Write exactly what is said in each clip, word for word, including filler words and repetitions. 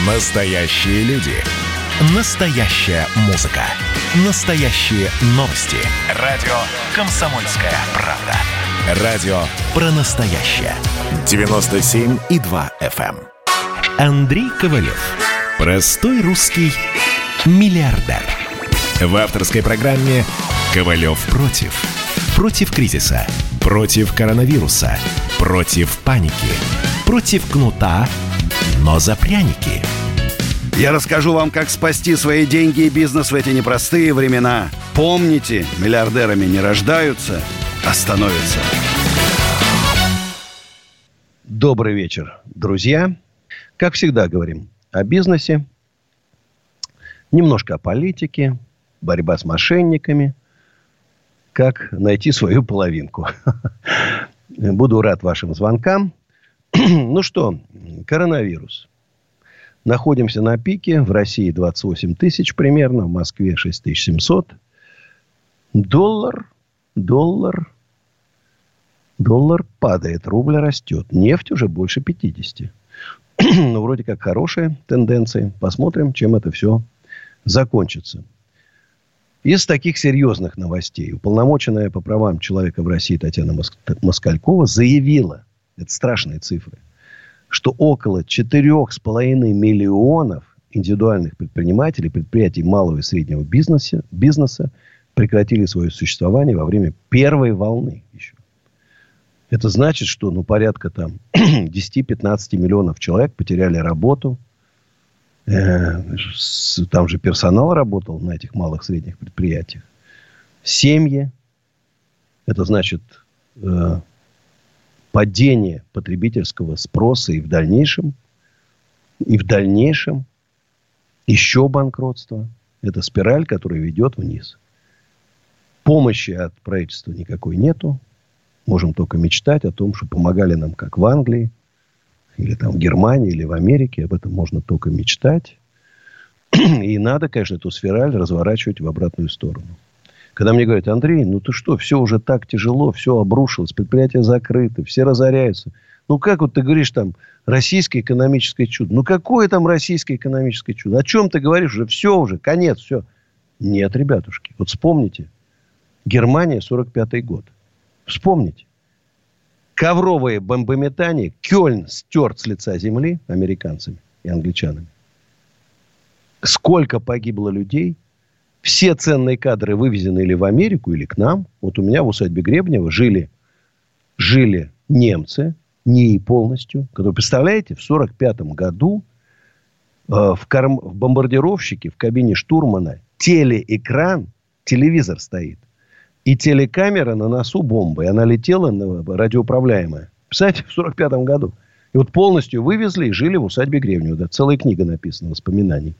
Настоящие люди. Настоящая музыка. Настоящие новости. Радио «Комсомольская правда». Радио про настоящее. девяносто семь и два эф эм. Андрей Ковалев. Простой русский миллиардер. В авторской программе «Ковалев против». Против кризиса. Против коронавируса. Против паники. Против кнута, но за пряники. Я расскажу вам, как спасти свои деньги и бизнес в эти непростые времена. Помните, миллиардерами не рождаются, а становятся. Добрый вечер, друзья. Как всегда говорим о бизнесе, немножко о политике, борьба с мошенниками, как найти свою половинку. Буду рад вашим звонкам. Ну что, коронавирус. Находимся на пике. В России двадцать восемь тысяч примерно. В Москве шесть тысяч семьсот. Доллар. Доллар. Доллар падает. Рубль растет. Нефть уже больше пятьдесят. Ну, вроде как хорошие тенденции. Посмотрим, чем это все закончится. Из таких серьезных новостей. Уполномоченная по правам человека в России Татьяна Москалькова заявила, это страшные цифры, что около четырех с половиной миллионов индивидуальных предпринимателей, предприятий малого и среднего бизнеса, бизнеса прекратили свое существование во время первой волны еще. Это значит, что ну, порядка там десять-пятнадцать миллионов человек потеряли работу. Там же персонал работал на этих малых и средних предприятиях. Семьи. Это значит э, падение потребительского спроса и в дальнейшем, и в дальнейшем еще банкротство. Это спираль, которая ведет вниз. Помощи от правительства никакой нету. Можем только мечтать о том, что помогали нам, как в Англии, или там в Германии, или в Америке. Об этом можно только мечтать. И надо, конечно, эту спираль разворачивать в обратную сторону. Когда мне говорят: Андрей, ну ты что, все уже так тяжело, все обрушилось, предприятия закрыты, все разоряются. Ну как вот ты говоришь там российское экономическое чудо? Ну какое там российское экономическое чудо? О чем ты говоришь? Уже все, уже конец, все. Нет, ребятушки, вот вспомните. Германия, сорок пятый год. Вспомните. Ковровое бомбометание. Кёльн стерт с лица земли американцами и англичанами. Сколько погибло людей. Все ценные кадры вывезены или в Америку, или к нам. Вот у меня в усадьбе Гребнева жили, жили немцы, не полностью. Которые, представляете, в сорок пятом году э, в, корм, в бомбардировщике, в кабине штурмана телеэкран, телевизор стоит. И телекамера на носу бомбы. И она летела на радиоуправляемая. Представляете, в сорок пятом году. И вот полностью вывезли и жили в усадьбе Гребнева. Да, целая книга написана, воспоминаний.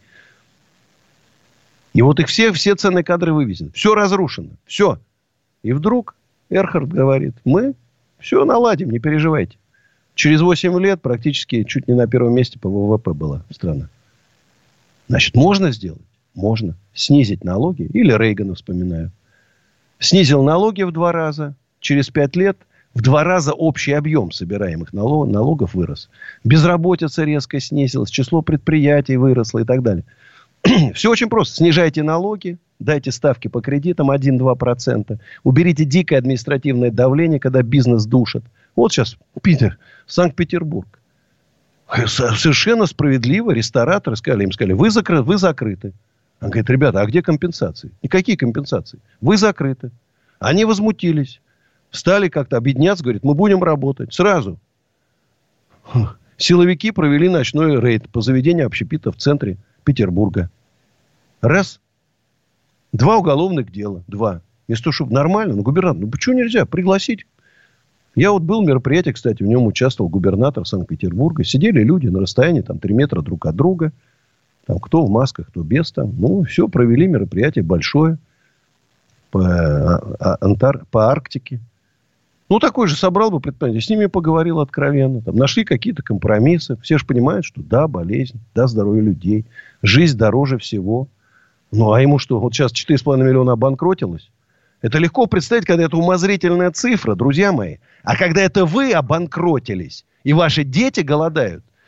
И вот их все, все ценные кадры вывезены. Все разрушено. Все. И вдруг Эрхард говорит: мы все наладим, не переживайте. Через восемь лет практически чуть не на первом месте по вэ вэ пэ была страна. Значит, можно сделать? Можно. Снизить налоги. Или Рейгана вспоминаю. Снизил налоги в два раза. Через пять лет в два раза общий объем собираемых налог, налогов вырос. Безработица резко снизилась. Число предприятий выросло и так далее. Все очень просто. Снижайте налоги. Дайте ставки по кредитам один-два процента. Уберите дикое административное давление, когда бизнес душит. Вот сейчас Питер, Санкт-Петербург. Совершенно справедливо рестораторы сказали, им сказали: вы, закры, вы закрыты. Он говорит: ребята, а где компенсации? Никакие компенсации. Вы закрыты. Они возмутились. Стали как-то объединяться. Говорят: мы будем работать. Сразу. Силовики провели ночной рейд по заведению общепита в центре Петербурга. Раз. Два уголовных дела. Два. Вместо того, чтобы нормально. Ну, губернатор, ну почему нельзя пригласить? Я вот был в мероприятии, кстати, в нем участвовал губернатор Санкт-Петербурга. Сидели люди на расстоянии там три метра друг от друга. Там кто в масках, кто без там. Ну, все, провели мероприятие большое. По, Антар... по Арктике. Ну, такой же собрал бы предприятие. С ними поговорил откровенно. Там нашли какие-то компромиссы. Все же понимают, что да, болезнь, да, здоровье людей. Жизнь дороже всего. Ну, а ему что? Вот сейчас четыре с половиной миллиона обанкротилось. Это легко представить, когда это умозрительная цифра, друзья мои. А когда это вы обанкротились, и ваши дети голодают,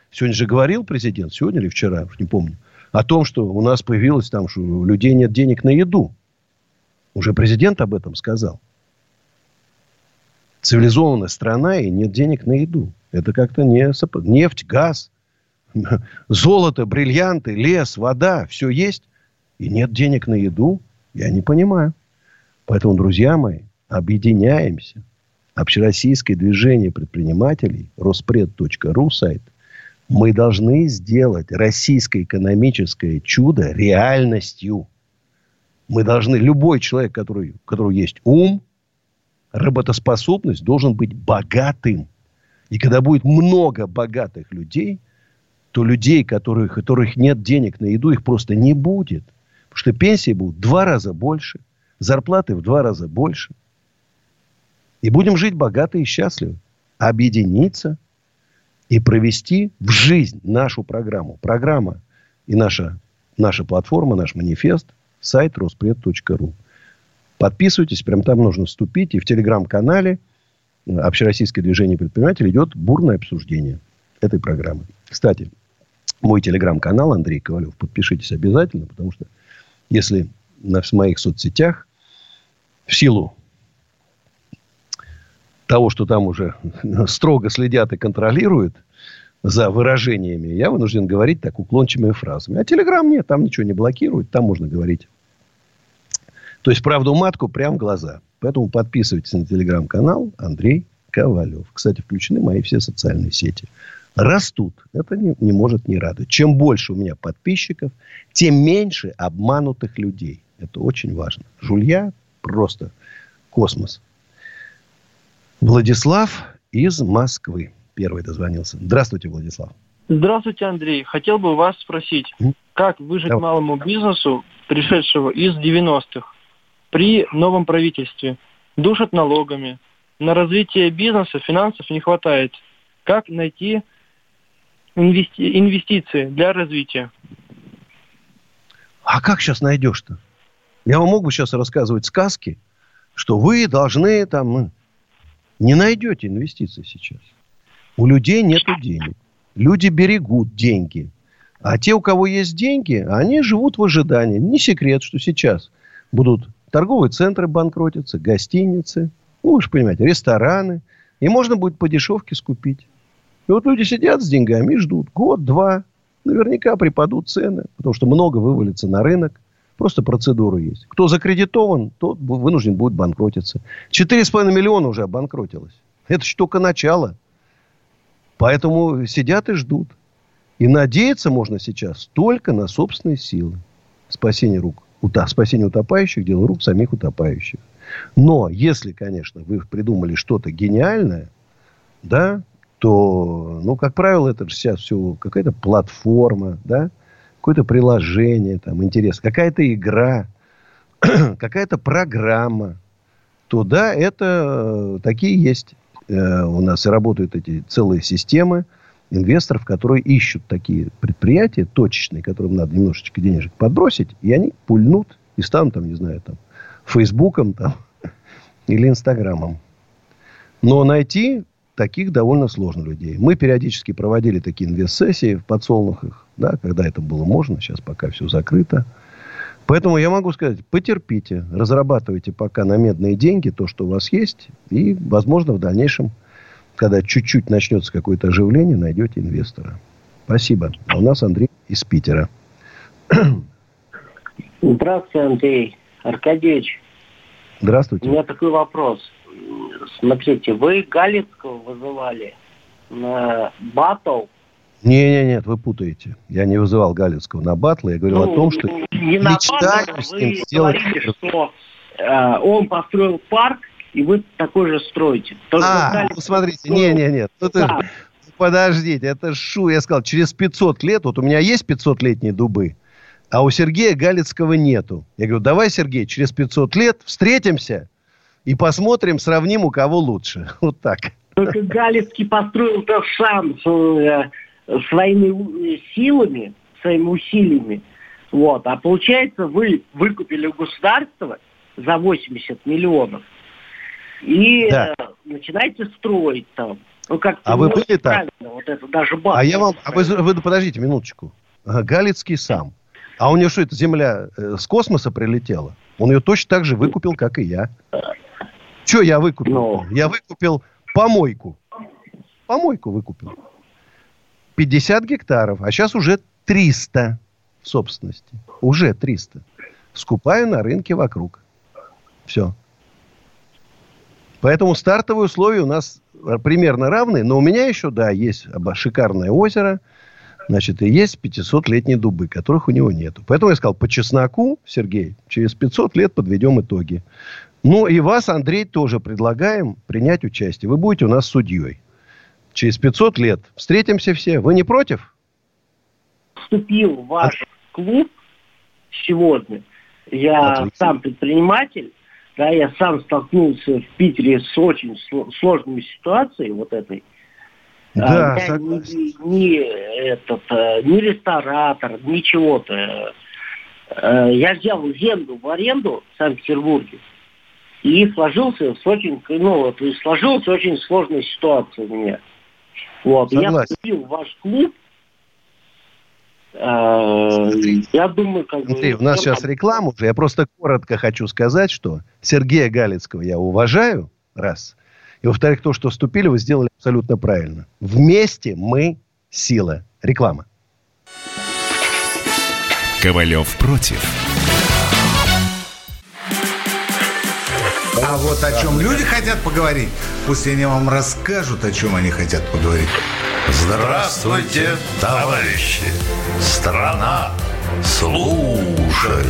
Сегодня же говорил президент, сегодня или вчера, уж не помню, о том, что у нас появилось там, что у людей нет денег на еду. Уже президент об этом сказал. Цивилизованная страна, и нет денег на еду. Это как-то не... Нефть, газ, золото, бриллианты, лес, вода. Все есть. И нет денег на еду. Я не понимаю. Поэтому, друзья мои, объединяемся. Общероссийское движение предпринимателей, роспред точка ру сайт. Мы должны сделать российское экономическое чудо реальностью. Мы должны, любой человек, который, у которого есть ум, работоспособность, должен быть богатым. И когда будет много богатых людей, то людей, которых, которых нет денег на еду, их просто не будет. Потому что пенсии будут в два раза больше, зарплаты в два раза больше. И будем жить богато и счастливо. Объединиться и провести в жизнь нашу программу. Программа и наша, наша платформа, наш манифест, сайт роспред точка ру. Подписывайтесь, прям там нужно вступить. И в телеграм-канале Общероссийское движение предпринимателей идет бурное обсуждение этой программы. Кстати, мой телеграм-канал Андрей Ковалев. Подпишитесь обязательно, потому что если на моих соцсетях в силу того, что там уже строго следят и контролируют за выражениями, я вынужден говорить так уклончивыми фразами. А телеграм нет, там ничего не блокирует, там можно говорить. То есть правду матку прямо в глаза. Поэтому подписывайтесь на телеграм-канал Андрей Ковалев. Кстати, включены мои все социальные сети. Растут. Это не, не может не радовать. Чем больше у меня подписчиков, тем меньше обманутых людей. Это очень важно. Жулья просто космос. Владислав из Москвы первый дозвонился. Здравствуйте, Владислав. Здравствуйте, Андрей. Хотел бы вас спросить, М? как выжить Давай. малому бизнесу, пришедшего из девяностых, при новом правительстве? Душат налогами. На развитие бизнеса финансов не хватает. Как найти инвести... инвестиции для развития? А как сейчас найдешь-то? Я вам могу сейчас рассказывать сказки, что вы должны там... Не найдете инвестиций сейчас. У людей нет денег. Люди берегут деньги. А те, у кого есть деньги, они живут в ожидании. Не секрет, что сейчас будут торговые центры банкротиться, гостиницы, ну, вы же понимаете, рестораны. И можно будет по дешевке скупить. И вот люди сидят с деньгами и ждут. Год-два. Наверняка припадут цены. Потому что много вывалится на рынок. Просто процедура есть. Кто закредитован, тот вынужден будет банкротиться. Четыре с половиной миллиона уже обанкротилось. Это же только начало. Поэтому сидят и ждут. И надеяться можно сейчас только на собственные силы. Спасение рук. Ута, спасение утопающих, дело рук самих утопающих. Но если, конечно, вы придумали что-то гениальное, да, то, ну, как правило, это же сейчас все какая-то платформа, да, какое-то приложение, там, интерес, какая-то игра, какая-то программа, то да, это такие есть. Э, у нас и работают эти целые системы инвесторов, которые ищут такие предприятия точечные, которым надо немножечко денежек подбросить, и они пульнут и станут, там, не знаю, там, Фейсбуком там, или Инстаграмом. Но найти таких довольно сложно людей. Мы периодически проводили такие инвест-сессии в подсолнухах, да, когда это было можно, сейчас пока все закрыто. Поэтому я могу сказать, потерпите, разрабатывайте пока на медные деньги то, что у вас есть, и, возможно, в дальнейшем, когда чуть-чуть начнется какое-то оживление, найдете инвестора. Спасибо. А у нас Андрей из Питера. Здравствуйте, Андрей Аркадьевич. Здравствуйте. У меня такой вопрос. Смотрите, вы Галицкого вызывали на баттл? Не-не-нет, нет, вы путаете. Я не вызывал Галицкого на баттл. Я говорил ну, о том, что не мечтаю с ним сделать... Вы говорите, что э, он построил парк, и вы такой же строите. Только а, Галицкого... ну смотрите, не-не-нет. Ну, да. Подождите, это шу. Я сказал, через пятьсот лет, вот у меня есть пятисотлетние дубы, а у Сергея Галицкого нету. Я говорю, давай, Сергей, через пятьсот лет встретимся и посмотрим, сравним, у кого лучше. Вот так. Только Галицкий построил тот шанс э, своими силами, своими усилиями. Вот. А получается, вы выкупили у государства за восемьдесят миллионов и да. э, начинаете строить там. Ну, как а вы были там? Вот это даже баб. А я вам... А вы, вы подождите минуточку. Галицкий сам. А у него что, эта земля э, с космоса прилетела? Он ее точно так же выкупил, как и я. Что я выкупил? Но... Я выкупил помойку. Помойку выкупил. пятьдесят гектаров. А сейчас уже триста в собственности. Уже триста. Скупаю на рынке вокруг. Все. Поэтому стартовые условия у нас примерно равны. Но у меня еще, да, есть шикарное озеро. Значит, и есть пятисотлетние дубы, которых у него нету. Поэтому я сказал, по чесноку, Сергей, через пятьсот лет подведем итоги. Ну, и вас, Андрей, тоже предлагаем принять участие. Вы будете у нас судьей. Через пятьсот лет встретимся все. Вы не против? Вступил в ваш а... клуб сегодня. Я Отлично. сам предприниматель. Да, я сам столкнулся в Питере с очень сложными ситуациями вот этой. Да, я ни, ни, этот, ни ресторатор, ничего-то. Я взял землю в аренду в Санкт-Петербурге и сложился с очень, ну, то есть сложилась очень сложная ситуация у меня. Вот. Я вступил в ваш клуб. Я думаю, как бы... Андрей, у нас сейчас реклама уже. Я просто коротко хочу сказать, что Сергея Галицкого я уважаю, раз. И, во-вторых, то, что вступили, вы сделали абсолютно правильно. Вместе мы сила. Реклама. Ковалев против. А вот о чем люди хотят поговорить, пусть они вам расскажут, о чем они хотят поговорить. Здравствуйте, товарищи! Страна слушает.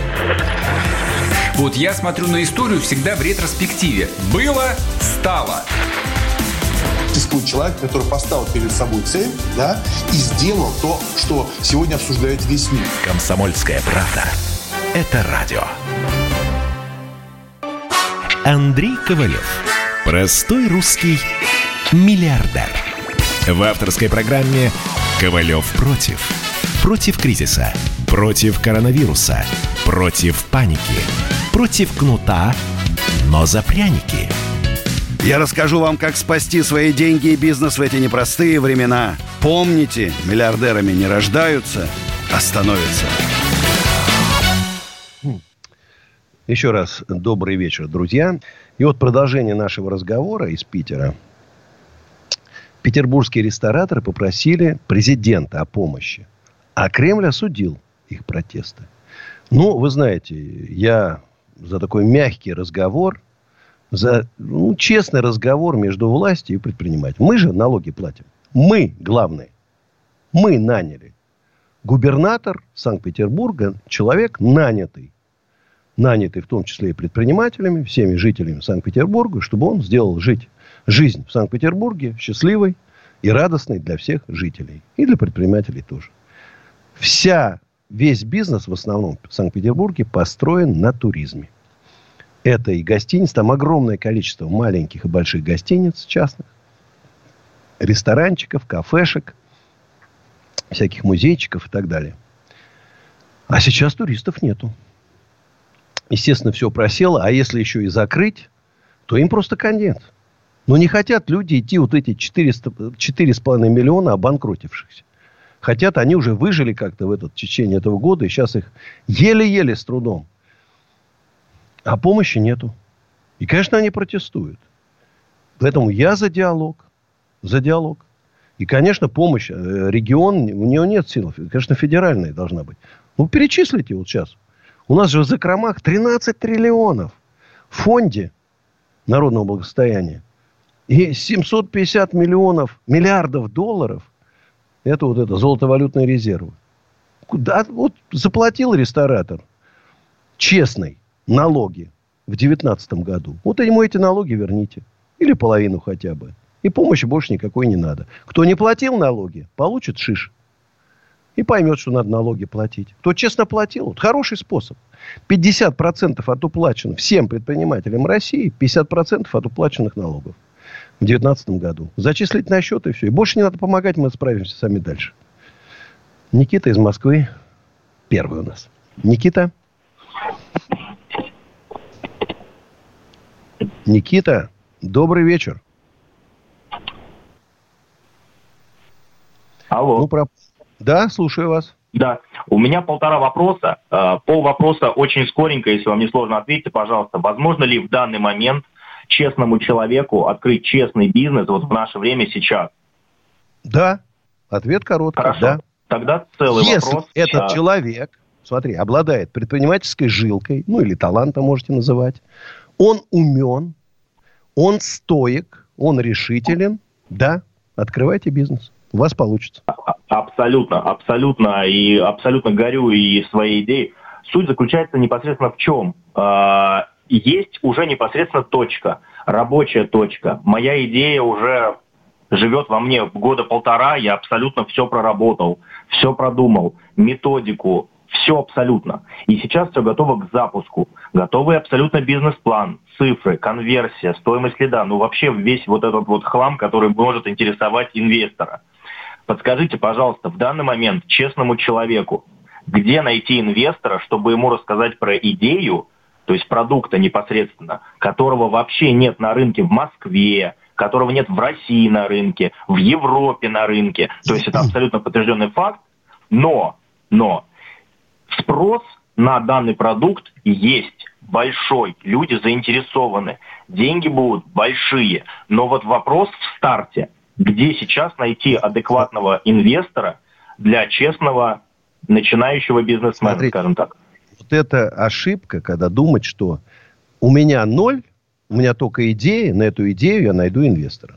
Вот я смотрю на историю всегда в ретроспективе. Было, стало. Существует человек, который поставил перед собой цель, да, и сделал то, что сегодня обсуждает весь мир. Комсомольская правда. Это радио. Андрей Ковалев. Простой русский миллиардер. В авторской программе «Ковалев против». Против кризиса. Против коронавируса. Против паники. Против кнута, но за пряники. Я расскажу вам, как спасти свои деньги и бизнес в эти непростые времена. Помните, миллиардерами не рождаются, а становятся. Еще раз добрый вечер, друзья. И вот продолжение нашего разговора из Питера. Петербургские рестораторы попросили президента о помощи. А Кремль осудил их протесты. Ну, вы знаете, я за такой мягкий разговор, за ну, честный разговор между властью и предпринимателем. Мы же налоги платим. Мы, главное. Мы наняли. Губернатор Санкт-Петербурга, человек нанятый. Нанятый в том числе и предпринимателями, всеми жителями Санкт-Петербурга, чтобы он сделал жить, жизнь в Санкт-Петербурге счастливой и радостной для всех жителей. И для предпринимателей тоже. Вся, весь бизнес в основном в Санкт-Петербурге построен на туризме. Это и гостиницы, там огромное количество маленьких и больших гостиниц частных, ресторанчиков, кафешек, всяких музейчиков и так далее. А сейчас туристов нету. Естественно, все просело. А если еще и закрыть, то им просто конец. Но не хотят люди идти вот эти четыреста, четыре с половиной миллиона обанкротившихся. Хотят, они уже выжили как-то в, этот, в течение этого года. И сейчас их еле-еле с трудом. А помощи нету. И, конечно, они протестуют. Поэтому я за диалог. За диалог. И, конечно, помощь. Регион, у него нет сил. Конечно, федеральная должна быть. Ну, перечислите вот сейчас. У нас же в закромах тринадцать триллионов в фонде народного благосостояния. И семьсот пятьдесят миллионов, миллиардов долларов. Это вот это золотовалютные резервы. Куда? Вот заплатил ресторатор честный налоги в девятнадцатом году. Вот ему эти налоги верните. Или половину хотя бы. И помощи больше никакой не надо. Кто не платил налоги, получит шиш. И поймет, что надо налоги платить. Кто честно платил, вот хороший способ. пятьдесят процентов от уплаченных всем предпринимателям России, пятьдесят процентов от уплаченных налогов. В две тысячи девятнадцатом году. Зачислить на счет и все. И больше не надо помогать, мы справимся сами дальше. Никита из Москвы. Первый у нас. Никита. Никита, добрый вечер. Алло. Ну, про... Да, слушаю вас. Да, у меня полтора вопроса. Пол вопроса очень скоренько, если вам не сложно, ответьте, пожалуйста. Возможно ли в данный момент честному человеку открыть честный бизнес вот в наше время сейчас? Да. Ответ короткий. Хорошо. Да. Тогда целый Если вопрос. этот а... человек, смотри, обладает предпринимательской жилкой, ну или талантом можете называть, он умен, он стоек, он решителен, да, открывайте бизнес. У вас получится. Абсолютно, абсолютно. И абсолютно горю и своей идеей. Суть заключается непосредственно в чем? Есть уже непосредственно точка, рабочая точка. Моя идея уже живет во мне года полтора. Я абсолютно все проработал, все продумал, методику, все абсолютно. И сейчас все готово к запуску. Готовый абсолютно бизнес-план, цифры, конверсия, стоимость лида. Ну вообще весь вот этот вот хлам, который может интересовать инвестора. Подскажите, пожалуйста, в данный момент честному человеку, где найти инвестора, чтобы ему рассказать про идею, то есть продукта непосредственно, которого вообще нет на рынке в Москве, которого нет в России на рынке, в Европе на рынке. То есть это абсолютно подтвержденный факт. Но, но спрос на данный продукт есть большой, люди заинтересованы, деньги будут большие. Но вот вопрос в старте. Где сейчас найти адекватного инвестора для честного начинающего бизнесмена, Смотрите, скажем так? Вот это ошибка, когда думать, что у меня ноль, у меня только идея, на эту идею я найду инвестора.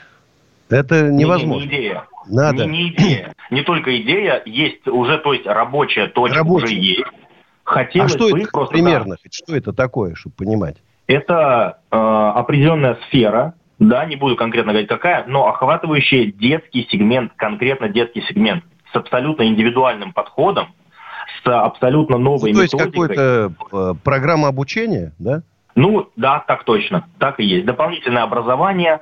Это невозможно. Не, не, не идея. Надо. Не, не идея. Не только идея, есть уже, то есть рабочая точка Рабочая. уже есть. Хотелось а что бы это просто, примерно? Да, что это такое, чтобы понимать? это э, определенная сфера. Да, не буду конкретно говорить какая, но охватывающая детский сегмент, конкретно детский сегмент, с абсолютно индивидуальным подходом, с абсолютно новой ну, то есть методикой. какая-то э, программа обучения, да? Ну, да, так точно, так и есть. Дополнительное образование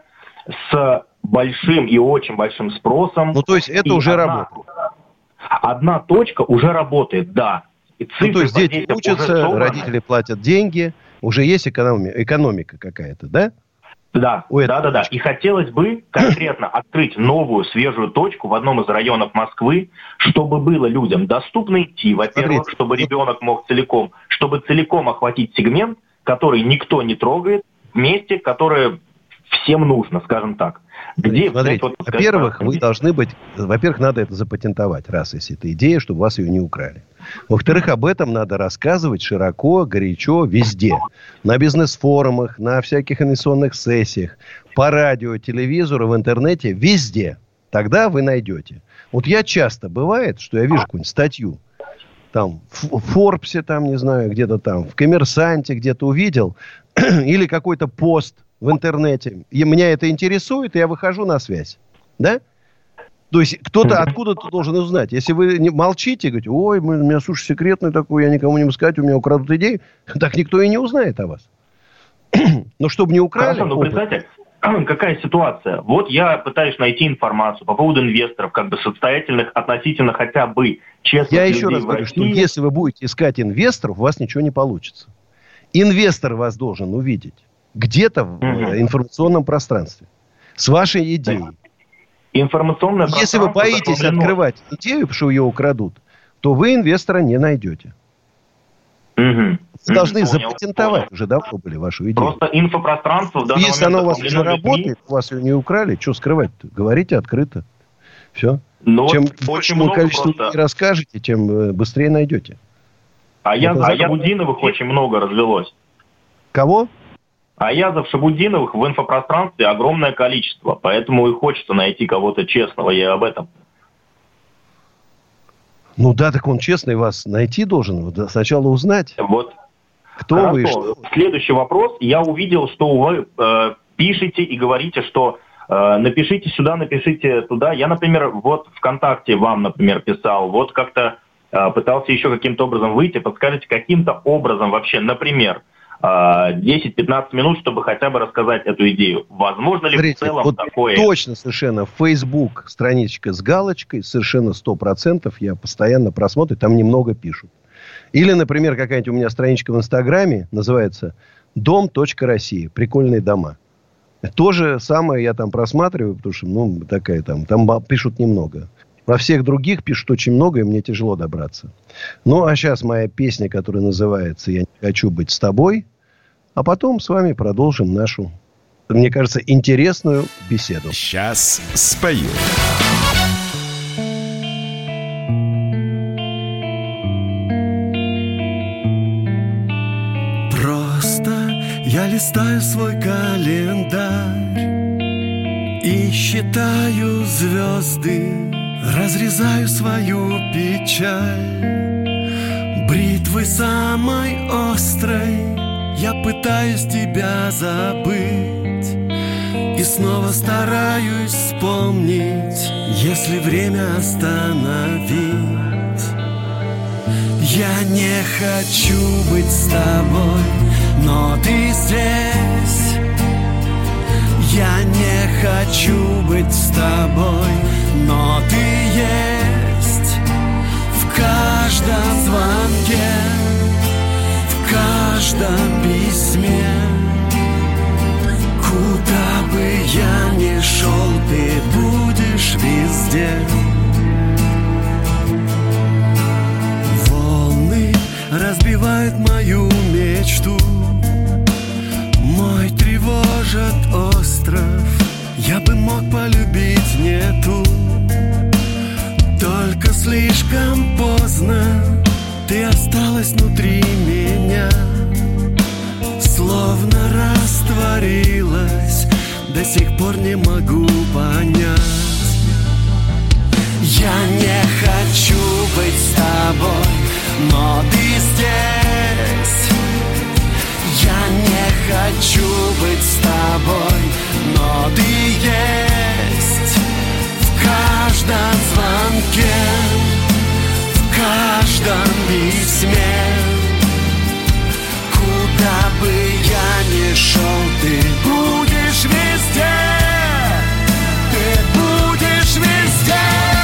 с большим и очень большим спросом. Ну, то есть это и уже одна, работает. Одна точка уже работает, да. И Ну, то есть дети учатся, родители платят деньги, уже есть экономи- экономика какая-то, да? Да, да, да, да. И хотелось бы конкретно открыть новую, свежую точку в одном из районов Москвы, чтобы было людям доступно идти, во-первых, Смотрите, чтобы ребенок мог целиком, чтобы целиком охватить сегмент, который никто не трогает, в месте, которое всем нужно, скажем так. Где, Смотрите, вот, во-первых, вы должны быть... Во-первых, надо это запатентовать, раз если это идея, чтобы вас ее не украли. Во-вторых, об этом надо рассказывать широко, горячо, везде. На бизнес-форумах, на всяких инвестиционных сессиях, по радио, телевизору, в интернете, везде. Тогда вы найдете. Вот я часто бывает, что я вижу какую-нибудь статью, там, в Форбсе, там, не знаю, где-то там, в Коммерсанте где-то увидел, или какой-то пост в интернете. И меня это интересует, и я выхожу на связь. Да? То есть кто-то откуда-то должен узнать. Если вы не молчите, говорите, ой, у меня, слушай, секретный такой, я никому не могу сказать, у меня украдут идеи, так никто и не узнает о вас. Но чтобы не украли... Хорошо, ну, представьте, какая ситуация? Вот я пытаюсь найти информацию по поводу инвесторов, как бы состоятельных относительно хотя бы честных Я людей еще раз в говорю, России. что если вы будете искать инвесторов, у вас ничего не получится. Инвестор вас должен увидеть где-то в Угу. информационном пространстве с вашей идеей. Информационное Если вы боитесь захламлено. открывать идею, что ее украдут, то вы инвестора не найдете. Угу. Вы должны Понял, запатентовать, понял. уже давно были вашу идею. Просто инфопространство в данный Если момент оно у вас уже захламлено людьми. работает, у вас ее не украли, что скрывать-то? Говорите открыто. Все. Ну, Чем вот очень большему много количеству просто. людей расскажете, тем э, быстрее найдете. А я, Это а за- я Будиновых очень много развелось. Кого? А язов Шабудиновых в инфопространстве огромное количество. Поэтому и хочется найти кого-то честного. Я об этом. Ну да, так он честный вас найти должен. Вот сначала узнать, Вот. кто Хорошо. вы и что. Следующий вопрос. Я увидел, что вы э, пишете и говорите, что э, напишите сюда, напишите туда. Я, например, вот ВКонтакте вам, например, писал. Вот как-то э, пытался еще каким-то образом выйти. Подскажите, каким-то образом вообще, например, десять-пятнадцать минут, чтобы хотя бы рассказать эту идею. Возможно ли Смотрите, в целом вот такое? точно совершенно Facebook страничка с галочкой, совершенно сто процентов я постоянно просмотрю, там немного пишут. Или, например, какая-нибудь у меня страничка в Инстаграме называется дом точка россия. Прикольные дома. То же самое я там просматриваю, потому что, ну, такая там, там пишут немного. Во всех других пишут очень много, и мне тяжело добраться. Ну, а сейчас моя песня, которая называется «Я не хочу быть с тобой». А потом с вами продолжим нашу, мне кажется, интересную беседу. Сейчас спою. Просто я листаю свой календарь и считаю звезды, разрезаю свою печаль. Бритвой самой острой я пытаюсь тебя забыть и снова стараюсь вспомнить, если время остановить. Я не хочу быть с тобой, но ты здесь. Я не хочу быть с тобой, но ты есть. В каждом звонке, в каждом письме, куда бы я ни шел, ты будешь везде. Волны разбивают мою мечту, мой тревожит остров. Я бы мог полюбить не ту, только слишком поздно ты осталась внутри меня, словно растворилась, до сих пор не могу понять. Я не хочу быть с тобой, но ты здесь. Я не хочу быть с тобой, но ты есть. В каждом звонке, в каждом письме, куда бы я ни шел, ты будешь везде. Ты будешь везде.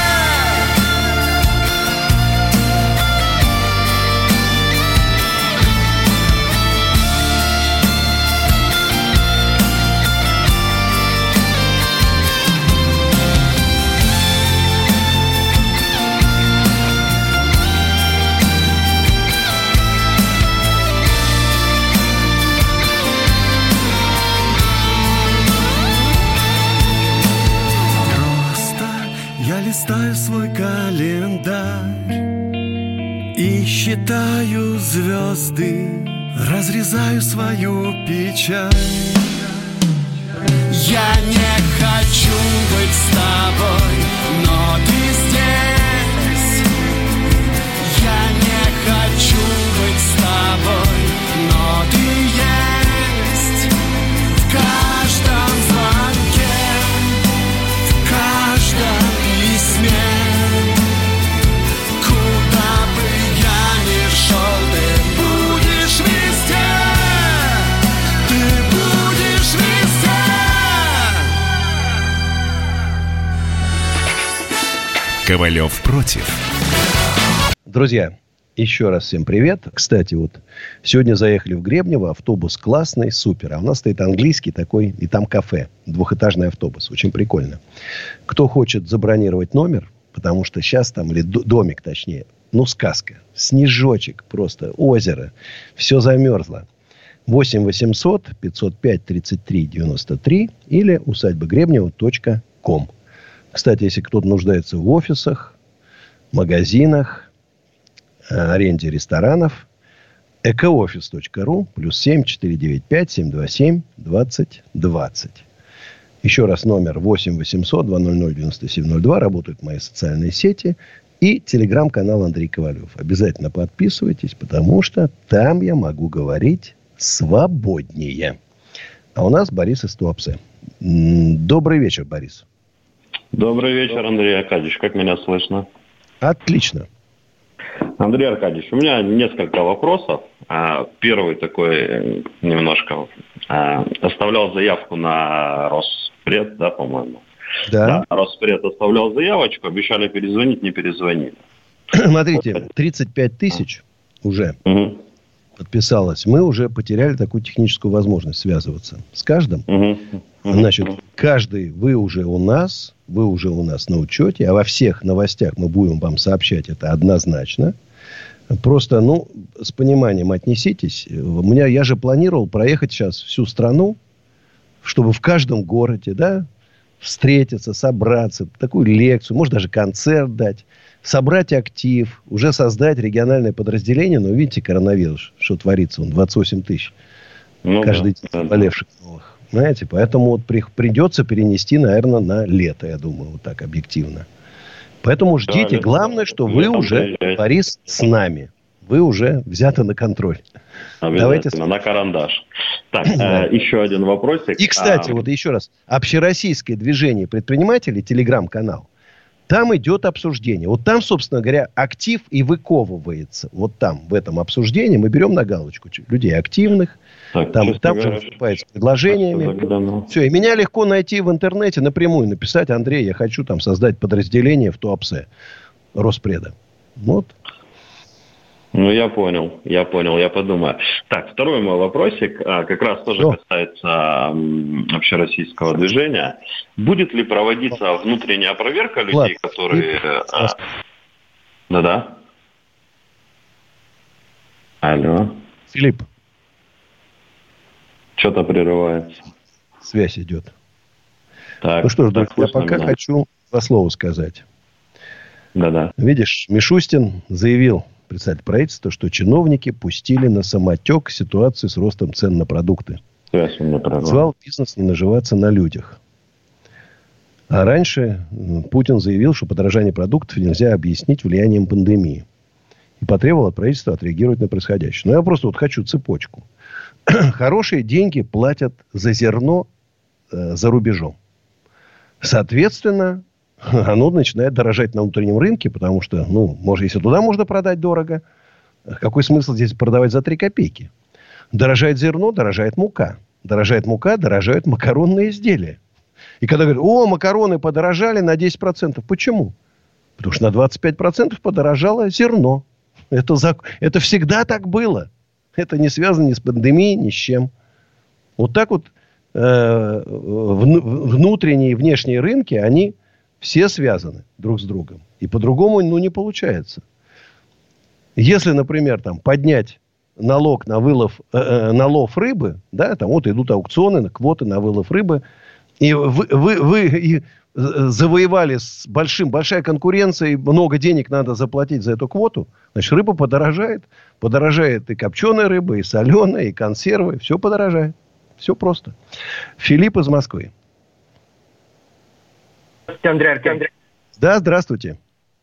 Листаю свой календарь и считаю звезды, разрезаю свою печаль. Я не хочу быть с тобой, но ты здесь. Я не хочу быть с тобой, но ты есть. В каждом звонке, в каждом письме, куда бы я ни шел, ты будешь везде. Ты будешь везде. Ковалев против. Друзья, еще раз всем привет. Кстати, вот сегодня заехали в Гребнево. Автобус классный, супер. А у нас стоит английский такой, и там кафе. Двухэтажный автобус. Очень прикольно. Кто хочет забронировать номер, потому что сейчас там, или домик точнее, ну, сказка. Снежочек просто, озеро. Все замерзло. восемь восемьсот пятьсот пять тридцать три девяносто три или усадьба гребнева точка ком. Кстати, если кто-то нуждается в офисах, магазинах, аренде ресторанов, экоофис точка ру плюс семь четыре девять пять семь два семь двадцать двадцать. Еще раз номер восемь восемьсот два ноль ноль девяносто семь ноль два. Работают мои социальные сети и телеграм-канал Андрей Ковалев. Обязательно подписывайтесь, потому что там я могу говорить свободнее. А у нас Борис из Туапсе. Добрый вечер, Борис. Добрый вечер, Андрей Аркадьевич. Как меня слышно? Отлично. Андрей Аркадьевич, у меня несколько вопросов. Первый такой немножко. Оставлял заявку на Роспред, да, по-моему? Да. Да, Роспред оставлял заявочку, обещали перезвонить, не перезвонили. Смотрите, тридцать пять тысяч уже угу. подписалось. Мы уже потеряли такую техническую возможность связываться с каждым. Угу. Значит, каждый, вы уже у нас, вы уже у нас на учете, а во всех новостях мы будем вам сообщать это однозначно. Просто, ну, с пониманием отнеситесь. У меня, я же планировал проехать сейчас всю страну, чтобы в каждом городе, да, встретиться, собраться, такую лекцию, может, даже концерт дать, собрать актив, уже создать региональное подразделение. Но видите, коронавирус, что творится, он двадцать восемь тысяч. Ну, каждый да, день да, заболевших новых. Знаете, поэтому вот при, придется перенести, наверное, на лето, я думаю, вот так объективно. Поэтому ждите. Да, главное, что вы уже, Борис, с нами. Вы уже взяты на контроль. Обязательно, Давайте... на карандаш. Так, э, еще один вопросик. И, кстати, а... вот еще раз. Общероссийское движение предпринимателей, телеграм-канал, там идет обсуждение. Вот там, собственно говоря, актив и выковывается. Вот там, в этом обсуждении, мы берем на галочку людей активных. Так, там там же выступает с предложениями. Все, и меня легко найти в интернете, напрямую написать: Андрей, я хочу там создать подразделение в ТОАПСе Роспреда. Вот. Ну, я понял, я понял, я подумаю. Так, второй мой вопросик, а, как раз тоже Что? касается м, общероссийского движения. Будет ли проводиться внутренняя проверка людей, Влад, которые... А... Да-да. Алло. Филипп. Что-то прерывается. Связь идет. Так, ну что ж, так, друзья, я пока меня. хочу два слова сказать. Да-да. Видишь, Мишустин заявил, председатель правительства, что чиновники пустили на самотек ситуацию с ростом цен на продукты. Назвал бизнес не наживаться на людях. А раньше Путин заявил, что подорожание продуктов нельзя объяснить влиянием пандемии. И потребовал от правительства отреагировать на происходящее. Но я просто вот хочу цепочку. Хорошие деньги платят за зерно э, за рубежом. Соответственно, оно начинает дорожать на внутреннем рынке, потому что, ну, может, если туда можно продать дорого, какой смысл здесь продавать за три копейки? Дорожает зерно, дорожает мука. Дорожает мука, дорожают макаронные изделия. И когда говорят: о, макароны подорожали на десять процентов. Почему? Потому что на двадцать пять процентов подорожало зерно. Это, за... Это всегда так было. Это не связано ни с пандемией, ни с чем. Вот так вот э, внутренние и внешние рынки, они все связаны друг с другом. И по-другому, ну, не получается. Если, например, там, поднять налог на вылов, э, на лов рыбы, да, там вот идут аукционы, квоты на вылов рыбы, и вы, вы, вы и завоевали с большим, большая конкуренция, и много денег надо заплатить за эту квоту, значит, рыба подорожает. Подорожает и копченая рыба, и соленая, и консервы. Все подорожает. Все просто. Филипп из Москвы. Здравствуйте, Андрей Аркадьевич. Да, здравствуйте.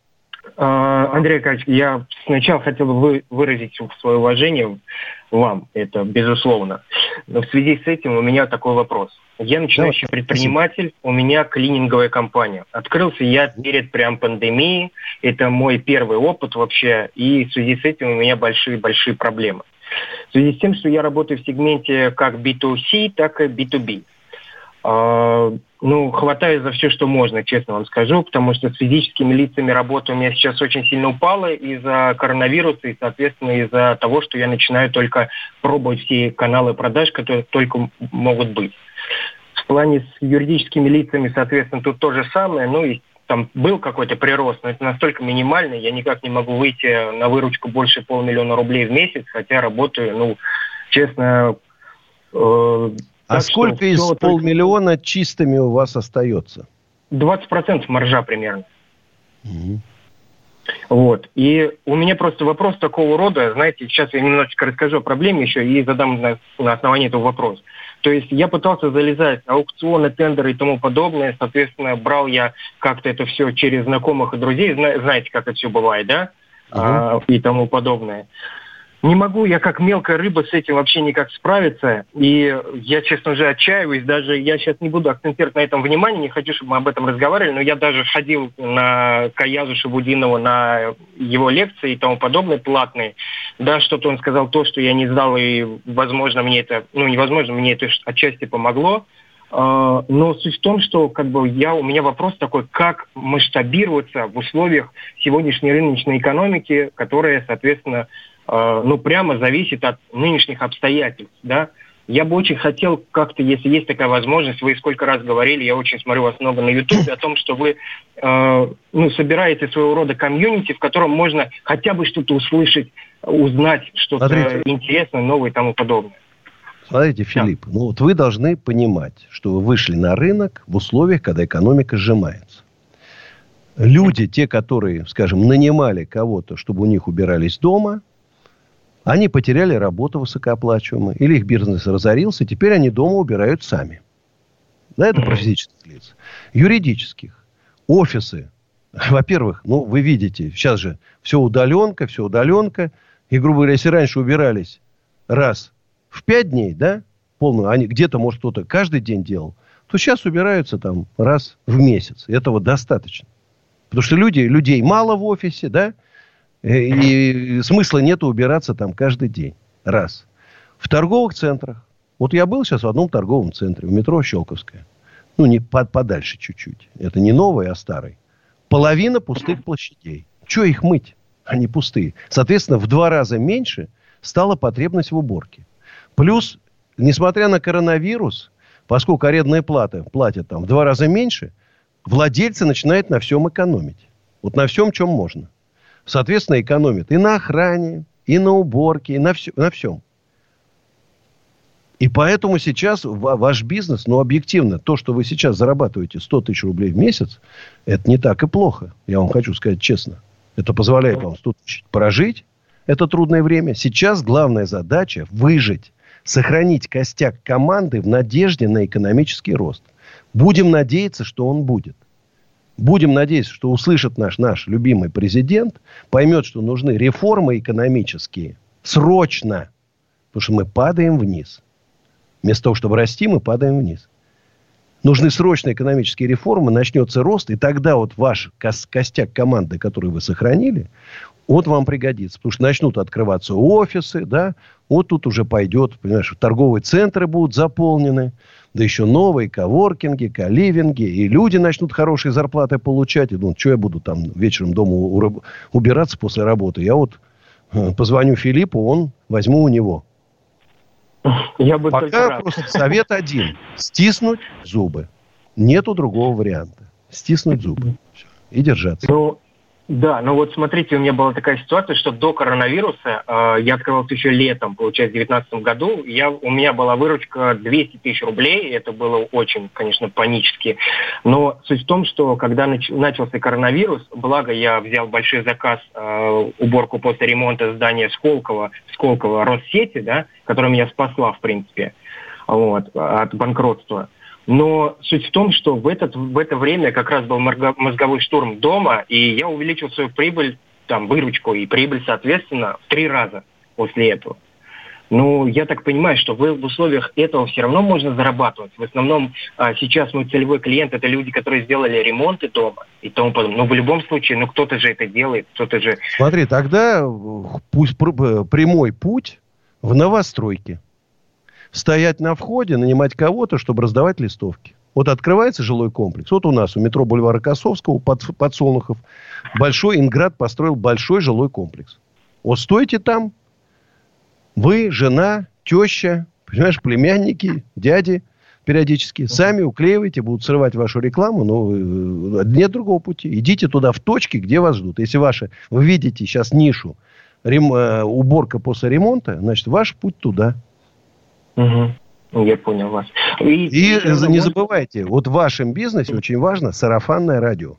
Андрей Аркадьевич, я сначала хотел бы вы, выразить свое уважение вам, это безусловно. Но в связи с этим у меня такой вопрос. Я начинающий Давай. предприниматель, у меня клининговая компания. Открылся я перед прям пандемией. Это мой первый опыт вообще. И в связи с этим у меня большие-большие проблемы. В связи с тем, что я работаю в сегменте как би ту си, так и би ту би. Uh, ну, хватаю за все, что можно, честно вам скажу, потому что с физическими лицами работа у меня сейчас очень сильно упала из-за коронавируса и, соответственно, из-за того, что я начинаю только пробовать все каналы продаж, которые только могут быть. В плане с юридическими лицами, соответственно, тут то же самое, ну, и там был какой-то прирост, но это настолько минимальный, я никак не могу выйти на выручку больше полмиллиона рублей в месяц, хотя работаю, ну, честно... Uh, А так сколько из полмиллиона только... чистыми у вас остается? двадцать процентов маржа примерно. Угу. Вот. И у меня просто вопрос такого рода. Знаете, сейчас я немножечко расскажу о проблеме еще и задам на, на основании этого вопрос. То есть я пытался залезать на аукционы, тендеры и тому подобное. Соответственно, брал я как-то это все через знакомых и друзей. Зна- знаете, как это все бывает, да? Угу. А, и тому подобное. Не могу я, как мелкая рыба, с этим вообще никак справиться. И я, честно же, отчаиваюсь. Даже я сейчас не буду акцентировать на этом внимание, не хочу, чтобы мы об этом разговаривали, но я даже ходил на Каязу Шабудинова, на его лекции и тому подобное, платные. Да, что-то он сказал то, что я не знал, и, возможно, мне это, ну, невозможно, мне это отчасти помогло. Но суть в том, что как бы я, у меня вопрос такой, как масштабироваться в условиях сегодняшней рыночной экономики, которая, соответственно, ну, прямо зависит от нынешних обстоятельств, да. Я бы очень хотел как-то, если есть такая возможность, вы сколько раз говорили, я очень смотрю вас много на Ютубе, о том, что вы э, ну, собираете своего рода комьюнити, в котором можно хотя бы что-то услышать, узнать что-то Смотрите. интересное, новое и тому подобное. Смотрите, Филипп, да. ну вот вы должны понимать, что вы вышли на рынок в условиях, когда экономика сжимается. Люди, те, которые, скажем, нанимали кого-то, чтобы у них убирались дома, они потеряли работу высокооплачиваемую, или их бизнес разорился, и теперь они дома убирают сами. Да, это про физических лиц. Юридических. Офисы. Во-первых, ну, вы видите, сейчас же все удаленка, все удаленка. И, грубо говоря, если раньше убирались раз в пять дней, да, полную, они где-то, может, кто-то каждый день делал, то сейчас убираются там раз в месяц. И этого достаточно. Потому что люди, людей мало в офисе, да, и смысла нету убираться там каждый день. Раз. В торговых центрах. Вот я был сейчас в одном торговом центре, в метро Щелковская. Ну, не под, подальше чуть-чуть. Это не новый, а старый. Половина пустых площадей. Чего их мыть? Они пустые. Соответственно, в два раза меньше стала потребность в уборке. Плюс, несмотря на коронавирус, поскольку арендные платы платят там в два раза меньше, владельцы начинают на всем экономить. Вот на всем, чем можно. Соответственно, экономят и на охране, и на уборке, и на, все, на всем. И поэтому сейчас ваш бизнес, ну, объективно, то, что вы сейчас зарабатываете сто тысяч рублей в месяц, это не так и плохо. Я вам хочу сказать честно. Это позволяет вам сто тысяч прожить это трудное время. Сейчас главная задача выжить, сохранить костяк команды в надежде на экономический рост. Будем надеяться, что он будет. Будем надеяться, что услышит наш, наш любимый президент, поймет, что нужны реформы экономические. Срочно. Потому что мы падаем вниз. Вместо того, чтобы расти, мы падаем вниз. Нужны срочные экономические реформы, начнется рост, и тогда вот ваш ко- костяк команды, который вы сохранили, вот вам пригодится. Потому что начнут открываться офисы, да, вот тут уже пойдет, понимаешь, торговые центры будут заполнены, да еще новые коворкинги, коливинги, и люди начнут хорошие зарплаты получать. И думают, что я буду там вечером дома убираться после работы. Я вот позвоню Филиппу, он возьму у него. Я бы Пока просто совет один. Стиснуть зубы. Нету другого варианта. Стиснуть зубы. Все. И держаться. Ну, да, ну вот смотрите, у меня была такая ситуация, что до коронавируса э, я открывался еще летом, получается, в две тысячи девятнадцатом году. Я, у меня была выручка двести тысяч рублей. Это было очень, конечно, панически. Но суть в том, что когда нач, начался коронавирус, благо я взял большой заказ, э, уборку после ремонта здания Сколково, Сколково Россети, да, которая меня спасла, в принципе, вот, от банкротства. Но суть в том, что в, этот, в это время как раз был мозговой штурм дома, и я увеличил свою прибыль, там, выручку и прибыль, соответственно, в три раза после этого. Ну, я так понимаю, что в, в условиях этого все равно можно зарабатывать. В основном а, сейчас мой целевой клиент – это люди, которые сделали ремонты дома и тому подобное. Но в любом случае, ну, кто-то же это делает, кто-то же… Смотри, тогда пусть прямой путь в новостройке. Стоять на входе, нанимать кого-то, чтобы раздавать листовки. Вот открывается жилой комплекс. Вот у нас у метро бульвара Косовского, под, Подсолнухов, большой Инград построил большой жилой комплекс. Вот стойте там. Вы, жена, теща, понимаешь, племянники, дяди периодически. Сами уклеивайте, будут срывать вашу рекламу. Но нет другого пути. Идите туда в точки, где вас ждут. Если ваши, вы видите сейчас нишу рем, уборка после ремонта, значит, ваш путь туда. Угу. Я понял вас. И, и не забывайте, вот в вашем бизнесе очень важно сарафанное радио.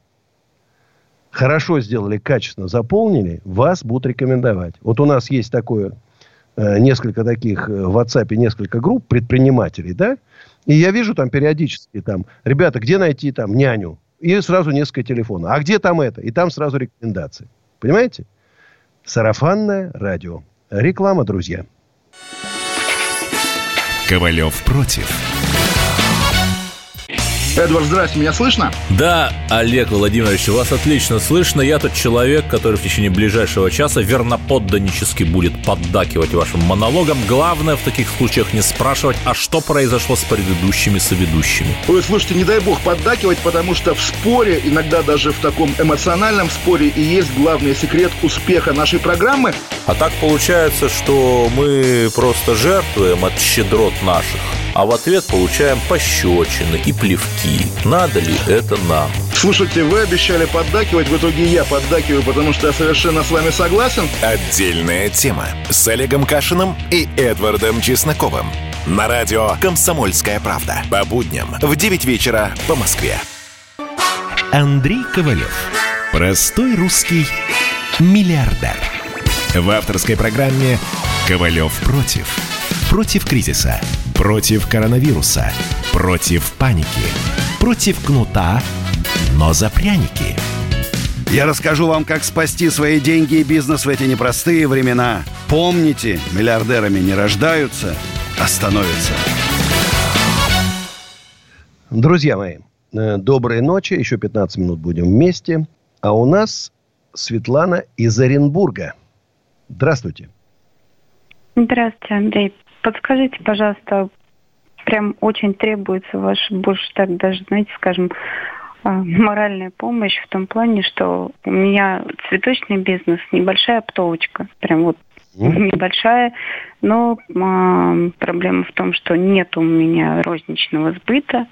Хорошо сделали, качественно заполнили, вас будут рекомендовать. Вот у нас есть такое, несколько таких в WhatsApp, несколько групп предпринимателей, да? И я вижу там периодически, там, ребята, где найти там няню? И сразу несколько телефонов. А где там это? И там сразу рекомендации. Понимаете? Сарафанное радио. Реклама, друзья. Ковалев против. Эдвард, здрасте, меня слышно? Да, Олег Владимирович, вас отлично слышно. Я тот человек, который в течение ближайшего часа верноподданнически будет поддакивать вашим монологам. Главное в таких случаях не спрашивать, а что произошло с предыдущими соведущими. Ой, слушайте, не дай бог поддакивать, потому что в споре, иногда даже в таком эмоциональном споре, и есть главный секрет успеха нашей программы. А так получается, что мы просто жертвуем от щедрот наших, а в ответ получаем пощечины и плевки. Надо ли это нам? Слушайте, вы обещали поддакивать, в итоге я поддакиваю, потому что я совершенно с вами согласен. Отдельная тема с Олегом Кашиным и Эдвардом Чесноковым. На радио «Комсомольская правда». По будням в девять вечера по Москве. Андрей Ковалев. Простой русский миллиардер. В авторской программе «Ковалев против». Против кризиса. Против коронавируса. Против паники. Против кнута, но за пряники. Я расскажу вам, как спасти свои деньги и бизнес в эти непростые времена. Помните, миллиардерами не рождаются, а становятся. Друзья мои, доброй ночи. Еще пятнадцать минут будем вместе. А у нас Светлана из Оренбурга. Здравствуйте. Здравствуйте, Андрей. Подскажите, пожалуйста, прям очень требуется ваша, больше так даже, знаете, скажем, моральная помощь в том плане, что у меня цветочный бизнес, небольшая оптовочка, прям вот небольшая, но а, проблема в том, что нет у меня розничного сбыта.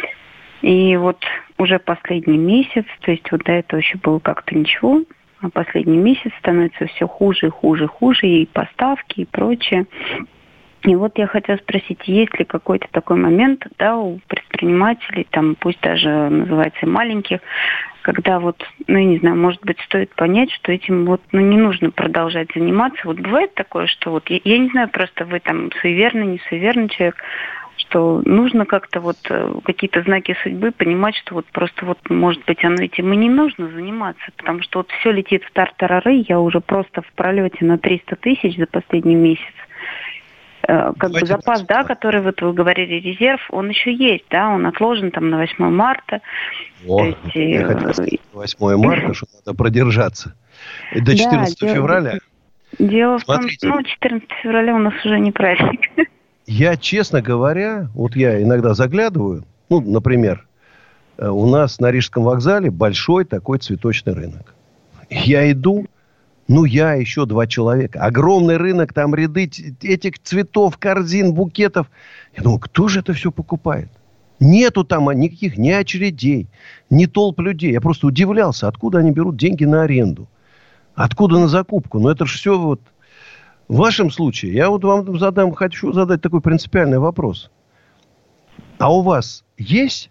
И вот уже последний месяц, то есть вот до этого еще было как-то ничего, а последний месяц становится все хуже и хуже и хуже, и поставки, и прочее. И вот я хотела спросить, есть ли какой-то такой момент, да, у предпринимателей, там, пусть даже называется маленьких, когда вот, ну, я не знаю, может быть, стоит понять, что этим вот, ну, не нужно продолжать заниматься. Вот бывает такое, что вот, я, я не знаю, просто вы там суеверный, не суеверный человек, что нужно как-то вот какие-то знаки судьбы понимать, что вот просто вот, может быть, оно этим и не нужно заниматься, потому что вот все летит в тартарары, я уже просто в пролете на триста тысяч за последний месяц. Как Давайте бы запас, да, который вот вы говорили, резерв, он еще есть, да, он отложен там на восьмое марта. О, есть, я хотел сказать, восьмое марта, что надо продержаться. До четырнадцатого да, февраля. Дело Смотрите. в том, ну, четырнадцатого февраля у нас уже не праздник. Я, честно говоря, вот я иногда заглядываю, ну, например, у нас на Рижском вокзале большой такой цветочный рынок. Я иду, ну, я еще два человека. Огромный рынок, там ряды этих цветов, корзин, букетов. Я думаю, кто же это все покупает? Нету там никаких ни очередей, ни толп людей. Я просто удивлялся, откуда они берут деньги на аренду. Откуда на закупку. Но это же все вот... В вашем случае, я вот вам задам, хочу задать такой принципиальный вопрос. А у вас есть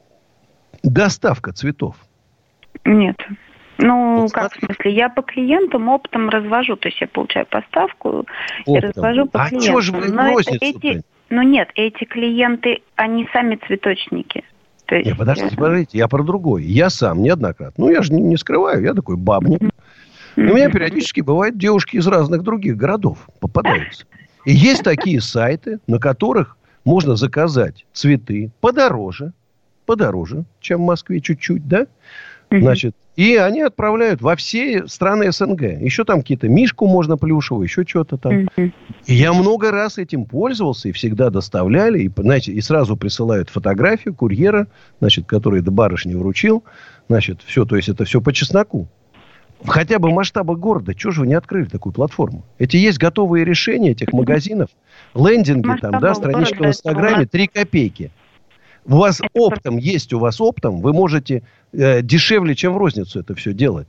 доставка цветов? Нет. Ну, Вот как в смысле? Я по клиентам оптом развожу. То есть я получаю поставку и развожу по а клиентам. чего же вы Но розницу-то? эти, ну нет, эти клиенты, они сами цветочники. То есть... Нет, подождите, подождите, я про другое. Я сам неоднократно. Ну, я же не, не скрываю, я такой бабник. У меня периодически бывают девушки из разных других городов попадаются. И есть такие сайты, на которых можно заказать цветы подороже, подороже, чем в Москве чуть-чуть, да? Значит, и они отправляют во все страны СНГ. Еще там какие-то мишку можно плюшевую, еще что-то там. И я много раз этим пользовался, и всегда доставляли, и, знаете, и сразу присылают фотографию курьера, значит, который до барышни вручил. Значит, все, то есть это все по чесноку. Хотя бы масштаба города, чего же вы не открыли такую платформу? Эти есть готовые решения этих магазинов. Лендинги там, да, страничка в Инстаграме, три копейки. У вас оптом, есть у вас оптом, вы можете э, дешевле, чем в розницу это все делать.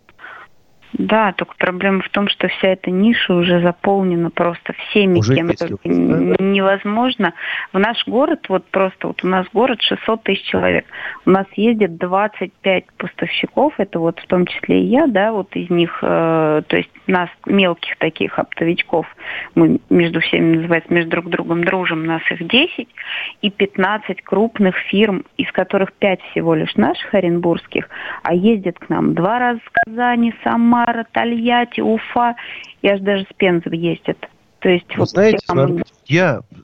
Да, только проблема в том, что вся эта ниша уже заполнена просто всеми, уже кем только да? невозможно. В наш город, вот просто вот у нас город шестьсот тысяч человек. У нас ездит двадцать пять поставщиков, это вот в том числе и я, да, вот из них, э, то есть нас мелких таких оптовичков, мы между всеми, называется, между друг другом дружим, нас их десять, и пятнадцать крупных фирм, из которых пять всего лишь наших оренбургских, а ездят к нам два раза с Казани, Самара, Тольятти, Уфа, и аж даже с Пензы ездят. То есть, Вы вот знаете, там... я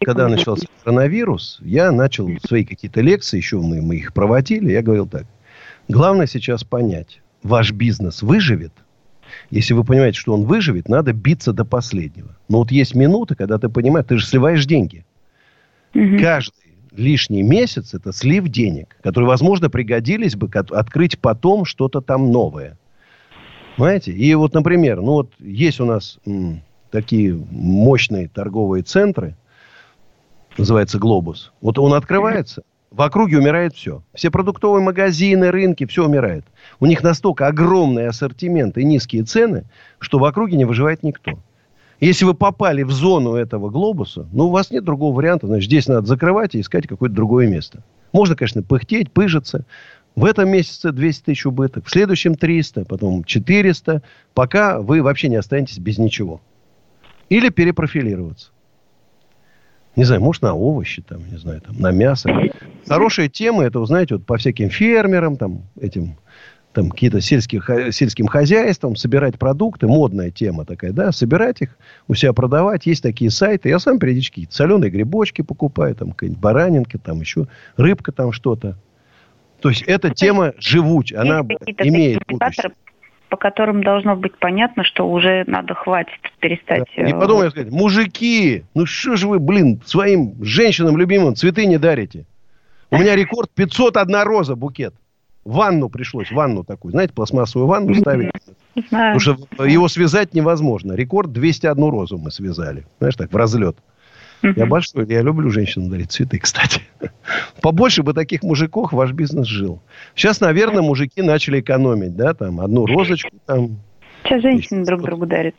когда начался коронавирус, я начал свои какие-то лекции, еще мы, мы их проводили, я говорил так. Главное сейчас понять, ваш бизнес выживет. Если вы понимаете, что он выживет, надо биться до последнего. Но вот есть минуты, когда ты понимаешь, ты же сливаешь деньги. Угу. Каждый лишний месяц это слив денег, которые, возможно, пригодились бы открыть потом что-то там новое. Понимаете? И вот, например, ну вот есть у нас м, такие мощные торговые центры, называется «Глобус». Вот он открывается, в округе умирает все. Все продуктовые магазины, рынки, все умирает. У них настолько огромный ассортимент и низкие цены, что в округе не выживает никто. Если вы попали в зону этого «Глобуса», ну, у вас нет другого варианта. Значит, здесь надо закрывать и искать какое-то другое место. Можно, конечно, пыхтеть, пыжиться. В этом месяце двести тысяч убыток, в следующем триста, потом четыреста, пока вы вообще не останетесь без ничего. Или перепрофилироваться. Не знаю, может, на овощи, там, не знаю, там, на мясо. Хорошая тема, это, вы знаете, вот по всяким фермерам, там, этим, там, какие-то сельских, сельским хозяйствам, собирать продукты, модная тема такая, да, собирать их, у себя продавать. Есть такие сайты. Я сам периодически соленые грибочки покупаю, там, какие-нибудь баранинки, там, еще рыбка, там, что-то. То есть, эта тема живучая, она имеет будущее. По которым должно быть понятно, что уже надо, хватит перестать... Да. И потом я сказать, мужики, ну что же вы, блин, своим женщинам любимым цветы не дарите? У меня рекорд пятьсот одна роза букет. Ванну пришлось, ванну такую, знаете, пластмассовую ванну ставить. Потому что его связать невозможно. Рекорд двести одну розу мы связали. Знаешь, так, в разлет. Я большой, я люблю женщинам дарить цветы, кстати. Побольше бы таких мужиков ваш бизнес жил. Сейчас, наверное, мужики начали экономить, да, там, одну розочку там. Сейчас женщины друг другу дарят.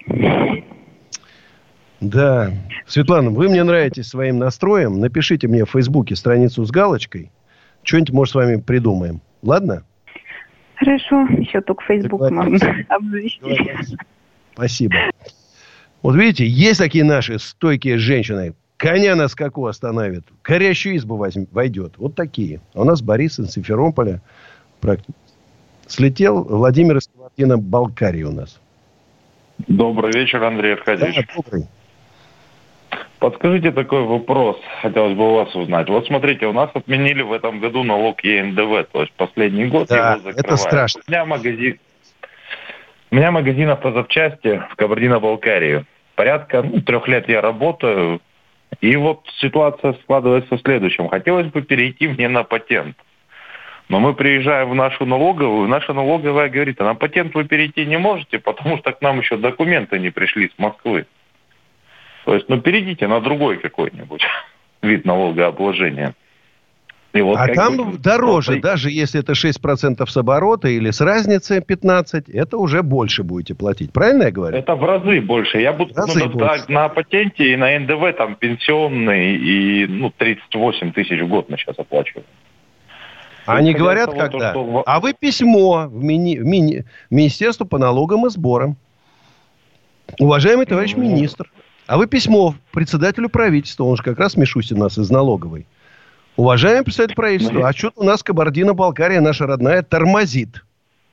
Да. Светлана, вы мне нравитесь своим настроем. Напишите мне в Фейсбуке страницу с галочкой. Что-нибудь, может, с вами придумаем. Ладно? Хорошо. Еще только Фейсбук могу обзавести. Спасибо. Вот видите, есть такие наши стойкие женщины. Коня на скаку остановит. Горящую избу возьм, войдет. Вот такие. А у нас Борис из Симферополя слетел. Владимир из Кабардино-Балкарии у нас. Добрый вечер, Андрей Аркадьевич. Да, добрый. Подскажите такой вопрос. Хотелось бы у вас узнать. Вот смотрите, у нас отменили в этом году налог Е Н Дэ Вэ. То есть последний год да, его закрывают. Это страшно. У меня магазин, у меня магазин автозапчасти в Кабардино-Балкарии. Порядка ну, трех лет я работаю. И вот ситуация складывается в следующем. Хотелось бы перейти мне на патент. Но мы приезжаем в нашу налоговую, наша налоговая говорит, а на патент вы перейти не можете, потому что к нам еще документы не пришли с Москвы. То есть, ну, перейдите на другой какой-нибудь вид налогообложения. И вот а там бы, дороже, вот, даже если это шесть процентов с оборота или с разницей пятнадцать процентов, это уже больше будете платить. Правильно я говорю? Это в разы больше. Я буду ну, больше. На патенте и на Эн Дэ Вэ там пенсионный и ну, тридцать восемь тысяч в год мы сейчас оплачиваем. Они говорят того, когда? То, что... А вы письмо в, мини... в мини... Министерство по налогам и сборам. Уважаемый товарищ ну, министр, а вы письмо председателю правительства, он же как раз Мишустин у нас из налоговой. Уважаемый представитель правительства, а что-то у нас Кабардино-Балкария, наша родная, тормозит.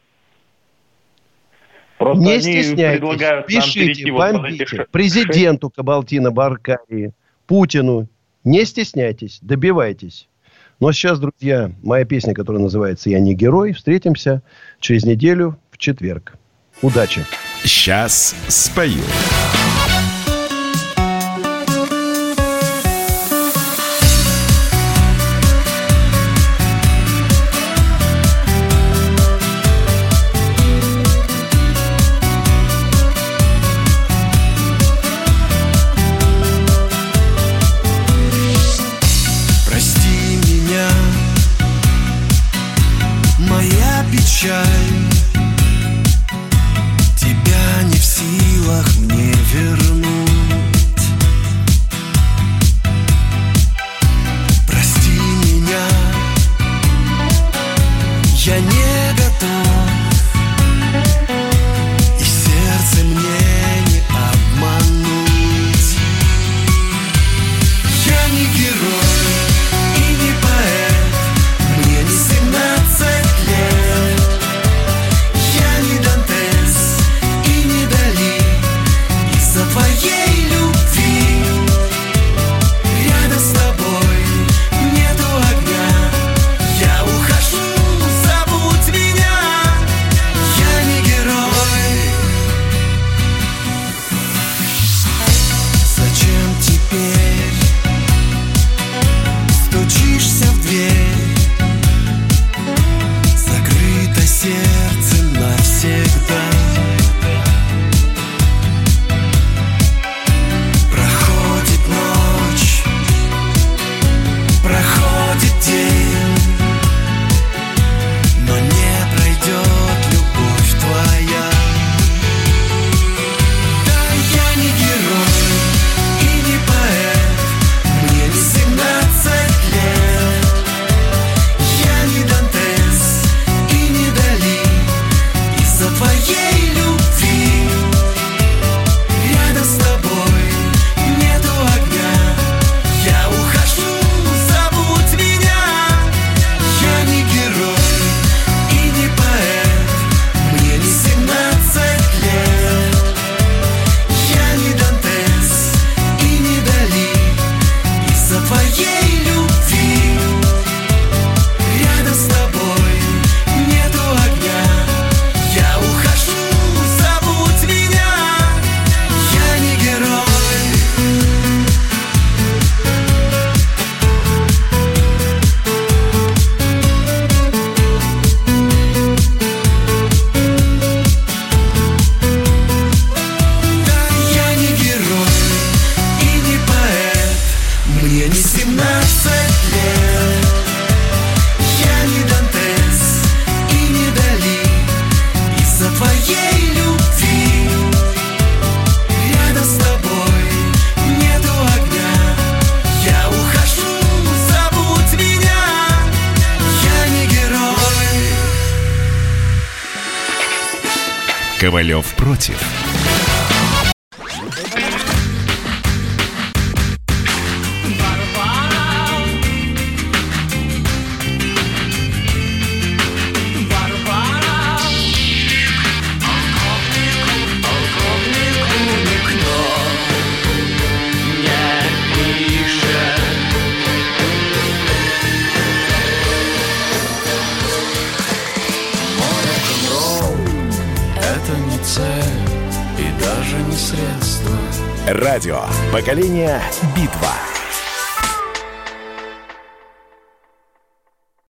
Просто не стесняйтесь, пишите, бомбите вот президенту Кабардино-Балкарии, Путину. Не стесняйтесь, добивайтесь. Ну а сейчас, друзья, моя песня, которая называется «Я не герой». Встретимся через неделю в четверг. Удачи. Сейчас спою. Тебя не в силах мне вернуть. Ковалев против. Радио. Поколение. Битва.